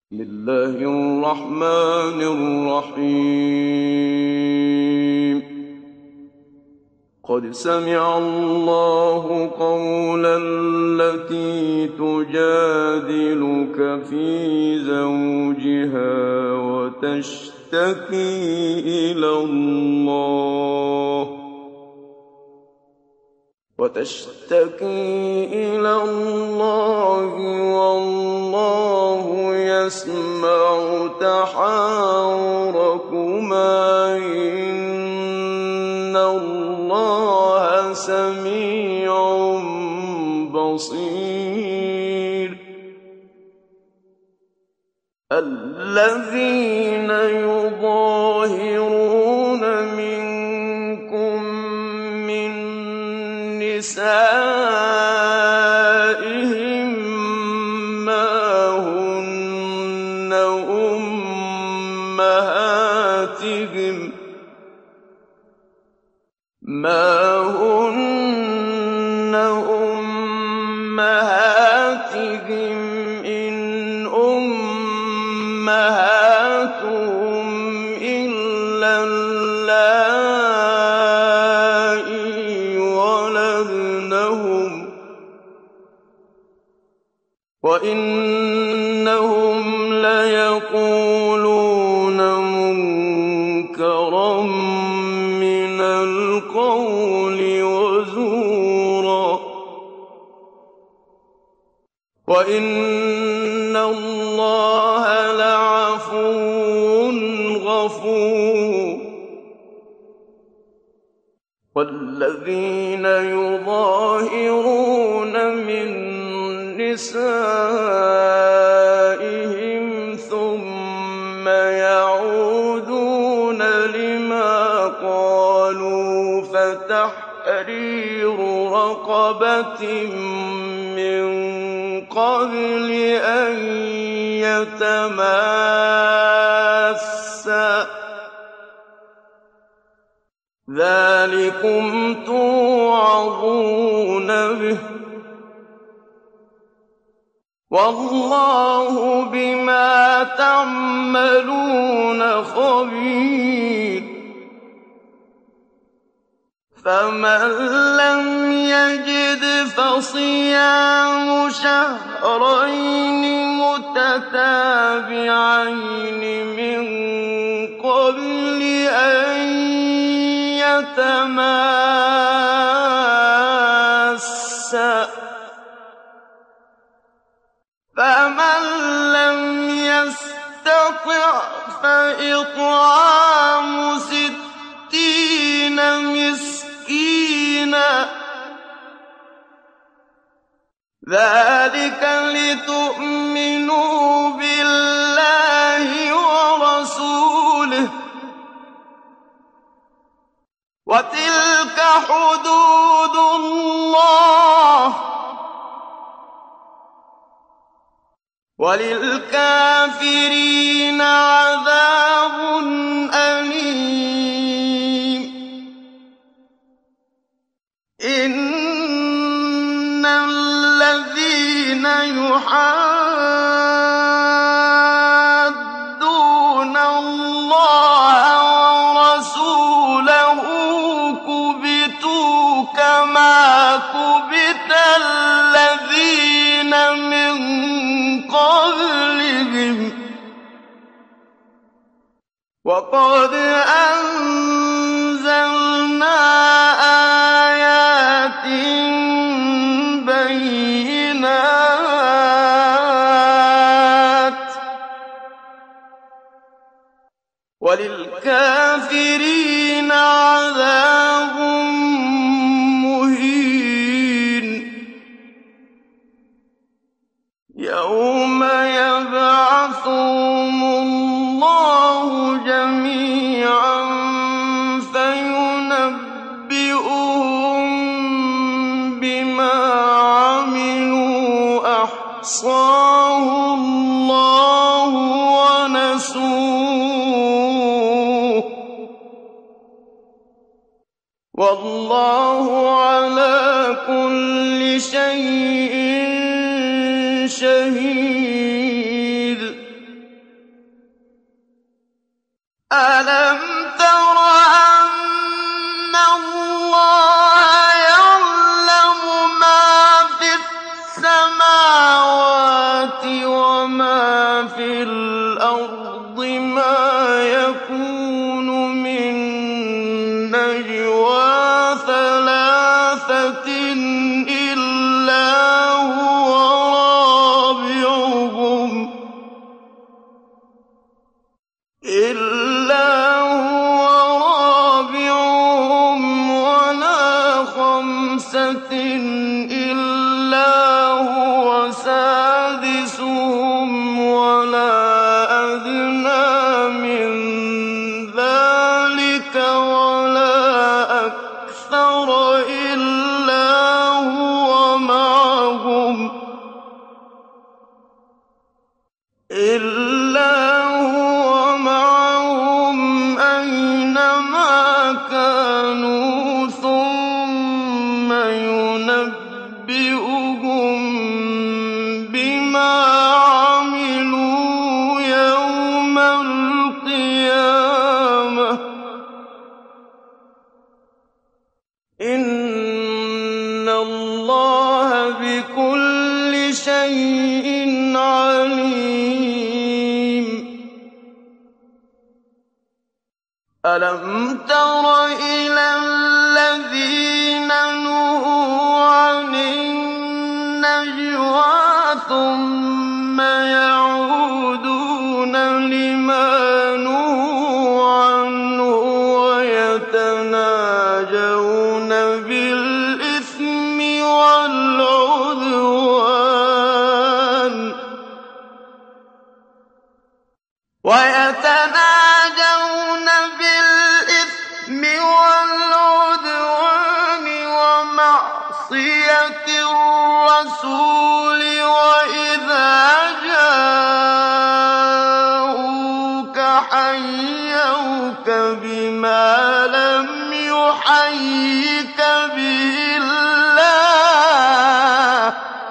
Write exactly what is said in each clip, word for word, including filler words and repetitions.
بسم الله الرحمن الرحيم قد سمع الله قول التي تجادلك في زوجها وتشتكي إلى الله وتشتكي إلى الله والله يسمع تحاوركما إن الله سميع بصير الذين يظاهرون منكم من نسائهم ما هن أمهاتهم ما هن أمهاتهم إن أمهاتهم إلا اللائي ولدنهم وإنهم ليقولون منكرا من القول وزورا وإن الله لعفو غفور والذين يظاهرون من نسائهم ثم يعودون لما قالوا فتحرير رقبة من قبل أن يتماسا ذلكم توعظون به والله بما تعملون خبير فمن لم يجد فصيام شهرين متتابعين من قبل أن يتماسا فمن لم يستطع فإطعام ستين مسكينا ذلك لتؤمنوا بالله ورسوله وتلك حدود الله وللكافرين عذاب أليم إن الذين يحادون الله ورسوله كبتوا كما كبت الذين من قبلهم وقد أنزلنا آيات بينات وللكافرين عذاب مهين يوم يبعثهم الله جميعا فينبئهم بما عملوا أحصاه الله ونسوه والله على كل شيء شهيد وما في الأرض ما يكون من نجوى ثلاثة إلا هو رابعهم إلا هو رابعهم ولا خمسة إلا هو سادسهم ولا أدنى من ذلك ولا أكثر إلا هو معهم إلا هو معهم أينما كانوا ثم ينبئهم بما عملوا يوم القيامة إن الله بكل شيء عليم ألم تر إلى الذين نهوا عن النجوى ثم يعودون لما نهوا عنه ويتناجون بالإثم والعدوان ويتناجون بالإثم والعدوان ومعصية الرسول وإذا جاءوك حيوك بما لم يحيك به الله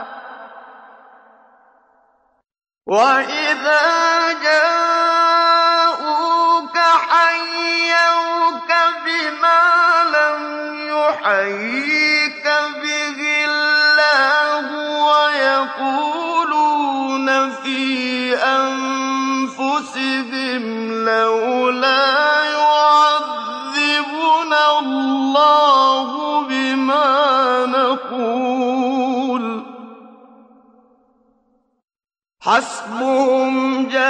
وإذا جاءوك حيوك بما لم يحيك به الله ويقولون في أنفسهم لولا يعذبنا الله بما نقول حسبهم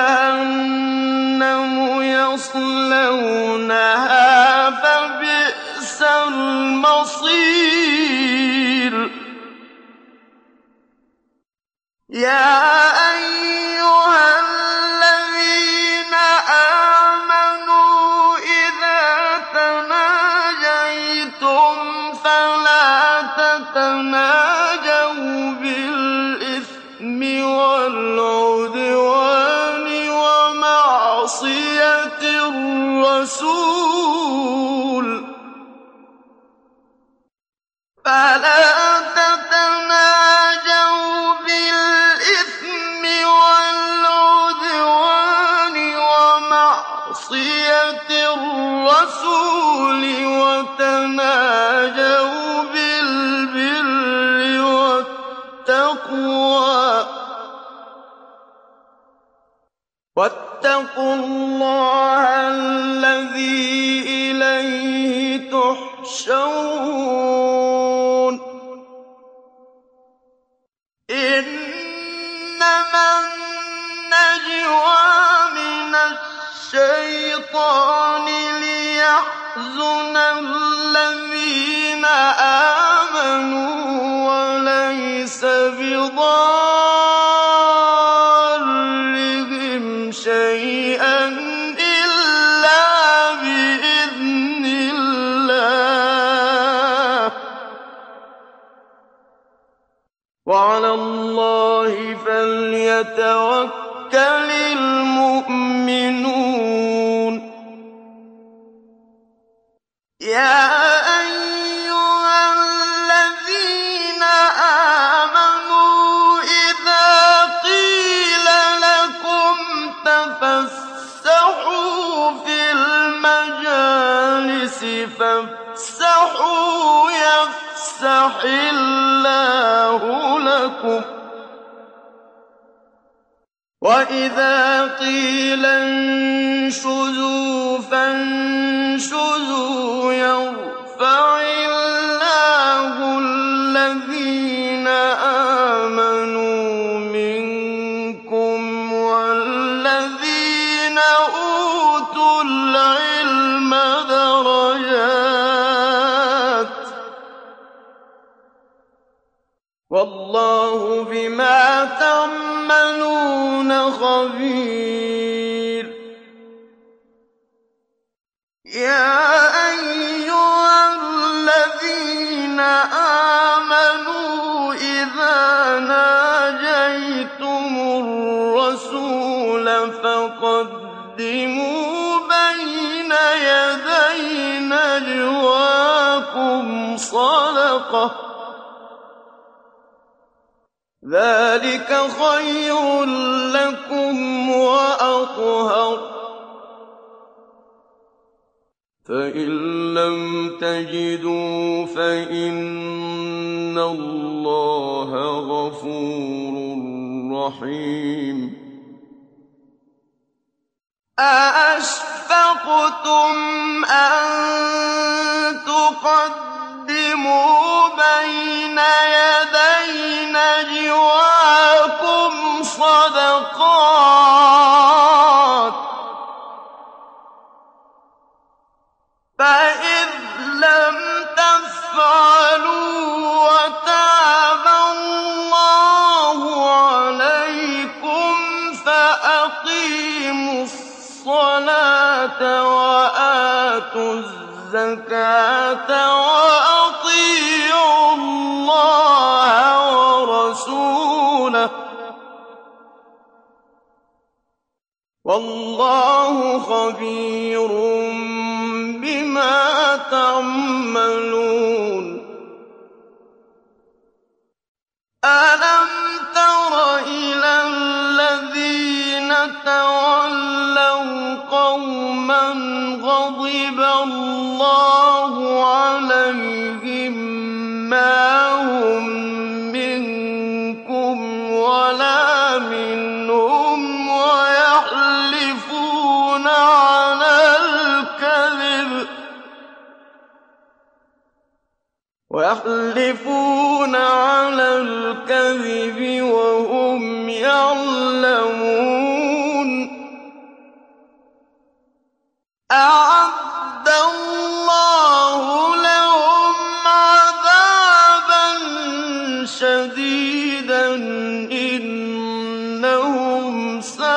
جهنم يصلونها فبئس المصير يا أيها الذين آمنوا إذا تناجيتم فلا تتناجوا بالإثم والعدوان ومعصية الرسول فلا تتناجوا بالإثم والعدوان ومعصية الرسول وتناجوا بالبر والتقوى واتقوا الله الذي إليه تحشرون إنما النجوى من الشيطان ليحزن الذين آمنوا وليس بضارهم شيئا إلا بإذن الله وعلى الله فليتوكل المؤمنون يا أيها الذين آمنوا إذا قيل لكم تفسحوا في المجالس فافسحوا يفسح الله لكم وَإِذَا قِيلَ انشُزُوا فَانشُزُوا يَرْفَعِ اللَّهُ الَّذِينَ آمَنُوا مِنكُمْ وَالَّذِينَ أُوتُوا الْعِلْمَ دَرَجَاتٍ ۚ وَاللَّهُ بِمَا تَعْمَلُونَ خَبِيرٌ. يَا أَيُّهَا الَّذِينَ آمَنُوا إِذَا نَاجَيْتُمُ الرَّسُولَ فَقَدِّمُوا بَيْنَ يَدَيْ نَجْوَاكُمْ صَدَقَةً ۚ ذَٰلِكَ خَيْرٌ لَّكُمْ وَأَطْهَرُ ۚ فَإِن لَّمْ تَجِدُوا فَإِنَّ اللَّهَ غَفُورٌ رَّحِيمٌ. أَأَشْفَقْتُمْ أَن تُقَدِّمُوا بَيْنَ يَدَيْ نَجْوَاكُمْ صَدَقَاتٍ ۚ فَإِذْ لَمْ تَفْعَلُوا وَتَابَ اللَّهُ عَلَيْكُمْ فَأَقِيمُوا الصَّلَاةَ وَآتُوا الزَّكَاةَ وَأَطِيعُوا اللَّهَ وَرَسُولَهُ ۚ وَاللَّهُ خَبِيرٌ بِمَا تَعْمَلُونَ. أَلَمْ تَرَ إِلَى الَّذِينَ تَوَلَّوْا قَوْمًا غَضِبَ اللَّهُ عَلَيْهِم مَّا هُم مِّنكُمْ وَلَا مِنْهُمْ وَيَحْلِفُونَ عَلَى الْكَذِبِ وَيَحْلِفُونَ عَلَى الْكَذِبِ وَهُمْ يَعْلَمُونَ. أَعَدَّ اللَّهُ لَهُمْ عَذَابًا شَدِيدًا إِنَّهُمْ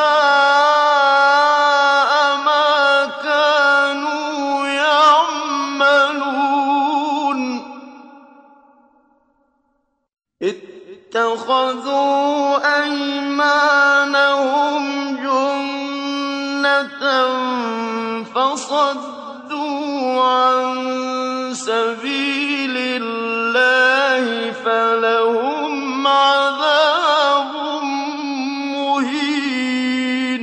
سَاءَ مَا كَانُوا يَعْمَلُونَ. اتَّخَذُوا أَيْمَانَهُمْ جُنَّةً فَصَدُّوا عَن سَبِيلِ اللَّهِ فَلَهُمْ عَذَابٌ مُّهِينٌ.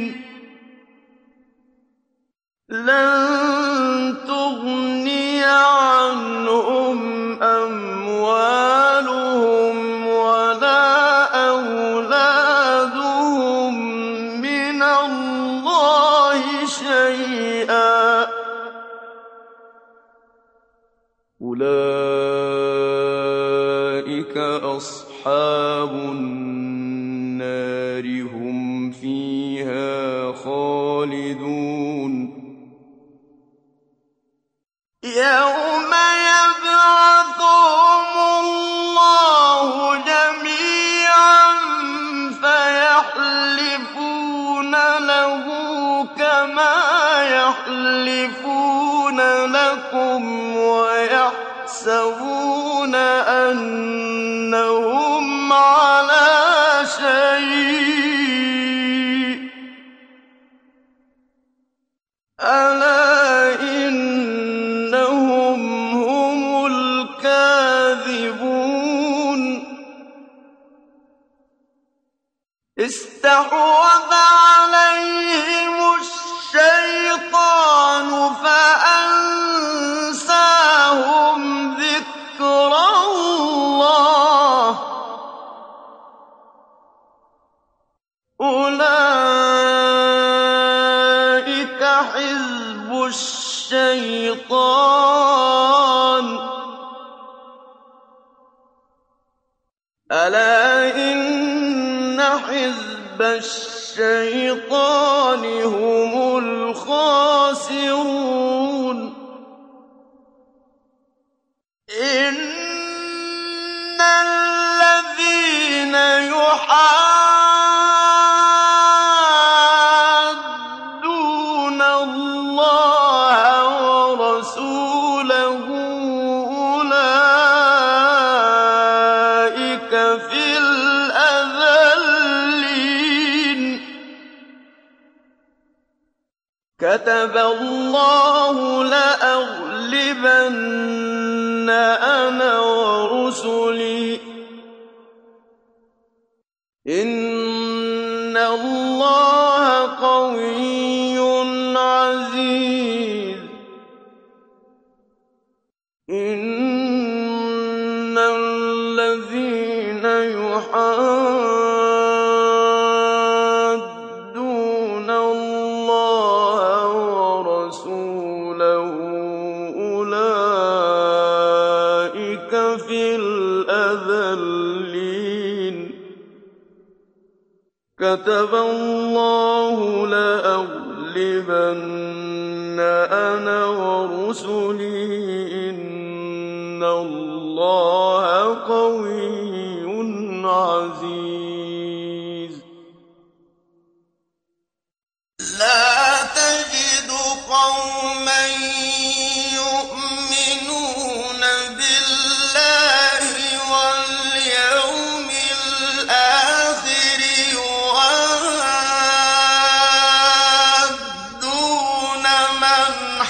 لَّن تُغْنِيَ عَنْهُمْ أَمْوَالُهُمْ وَلَا أَوْلَادُهُم مِّنَ اللَّهِ شَيْئًا ۚ أُولَٰئِكَ أَصْحَابُ النَّارِ ۖ هُمْ فِيهَا خَالِدُونَ. يَوْمَ يَبْعَثُهُمُ اللَّهُ جَمِيعًا فَيَحْلِفُونَ لَهُ كَمَا يَحْلِفُونَ لَكُمْ وَيَحْسَبُونَ أَنَّهُمْ عَلَىٰ شَيْءٍ ۚ أَلَا إِنَّهُمْ هُمُ الْكَاذِبُونَ. اسْتَحْوَذَ عَلَيْهِمُ الشَّيْطَانُ فَأَنسَاهُمْ ذِكْرَ، ذِكْرَ اللَّهِ، فَأَعْرَضُوا عَنْهُ وَاتَّخَذُوا أَحْبَارَهُمْ وَرُهْبَانَهُمْ أَرْبَابًا مِّن دُونِ اللَّهِ وَمَا أَنزَلَ اللَّهُ عَلَى الْمُسْرِفِينَ. أُولَٰئِكَ حِزْبُ الشَّيْطَانِ ۚ أَلَا إِنَّ حِزْبَ الشَّيْطَانِ هُمُ الْخَاسِرُونَ إِنَّ الَّذِينَ يُحَادُّونَ اللَّهَ وَرَسُولَهُ أُولَٰئِكَ فِي الْأَذَلِّينَ كَتَبَ اللَّهُ لَأَغْلِبَنَّ أَنَا وَرُسُلِي ۚ إِنَّ اللَّهَ قَوِيٌّ عَزِيزٌ إِنَّ الَّذِينَ يُحَادُّونَ اللَّهَ وَرَسُولَهُ أُولَٰئِكَ فِي الْأَذَلِّينَ كَتَبَ اللَّهُ لَأَغْلِبَنَّ أَنَا وَرُسُلِي ۚ إِنَّ اللَّهَ قَوِيٌّ عَزِيزٌ لَّا تَجِدُ قَوْمًا يُؤْمِنُونَ بِاللَّهِ وَالْيَوْمِ الْآخِرِ يُوَادُّونَ مَنْ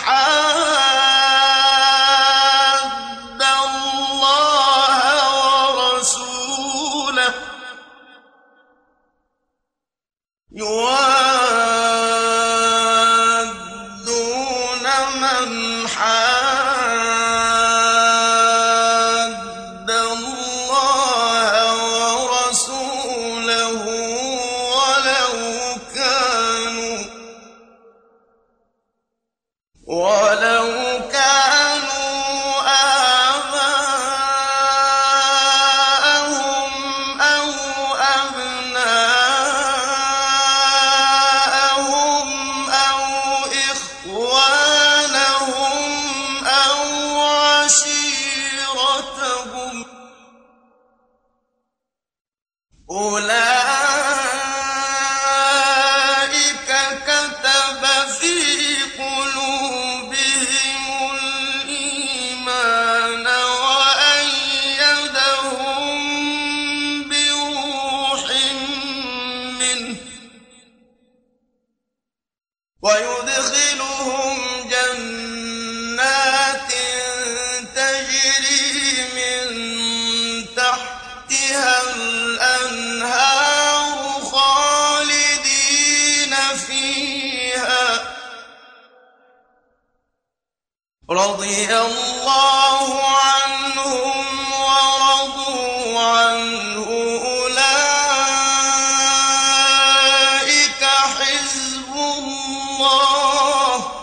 حَادَّ اللَّهَ وَرَسُولَهُ يُوَادُّونَ مَنْ حَادَّ اللَّهَ وَرَسُولَهُ وَلَوْ كَانُوا وَلَوْ كَانُوا آبَاءَهُمْ أَوْ أَبْنَاءَهُمْ أَوْ إِخْوَانَهُمْ أَوْ عَشِيرَتَهُمْ ۚ أُولَٰئِكَ كَتَبَ فِي قُلُوبِهِمُ الْإِيمَانَ وَأَيَّدَهُم بِرُوحٍ مِّنْهُ ۖ وَيُدْخِلُهُمْ جَنَّاتٍ تَجْرِي مِن تَحْتِهَا الْأَنْهَارُ خَالِدِينَ فِيهَا ۚ رَضِيَ اللَّهُ عَنْهُمْ وَرَضُوا عَنْهُ ۚ أُولَٰئِكَ حِزْبُ اللَّهِ ۚ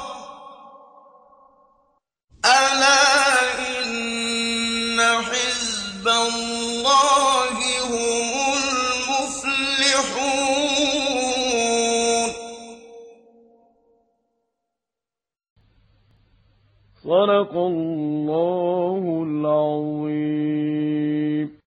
أَلَا إِنَّ حِزْبَ اللَّهِ هُمُ الْمُفْلِحُونَ صدق الله العظيم.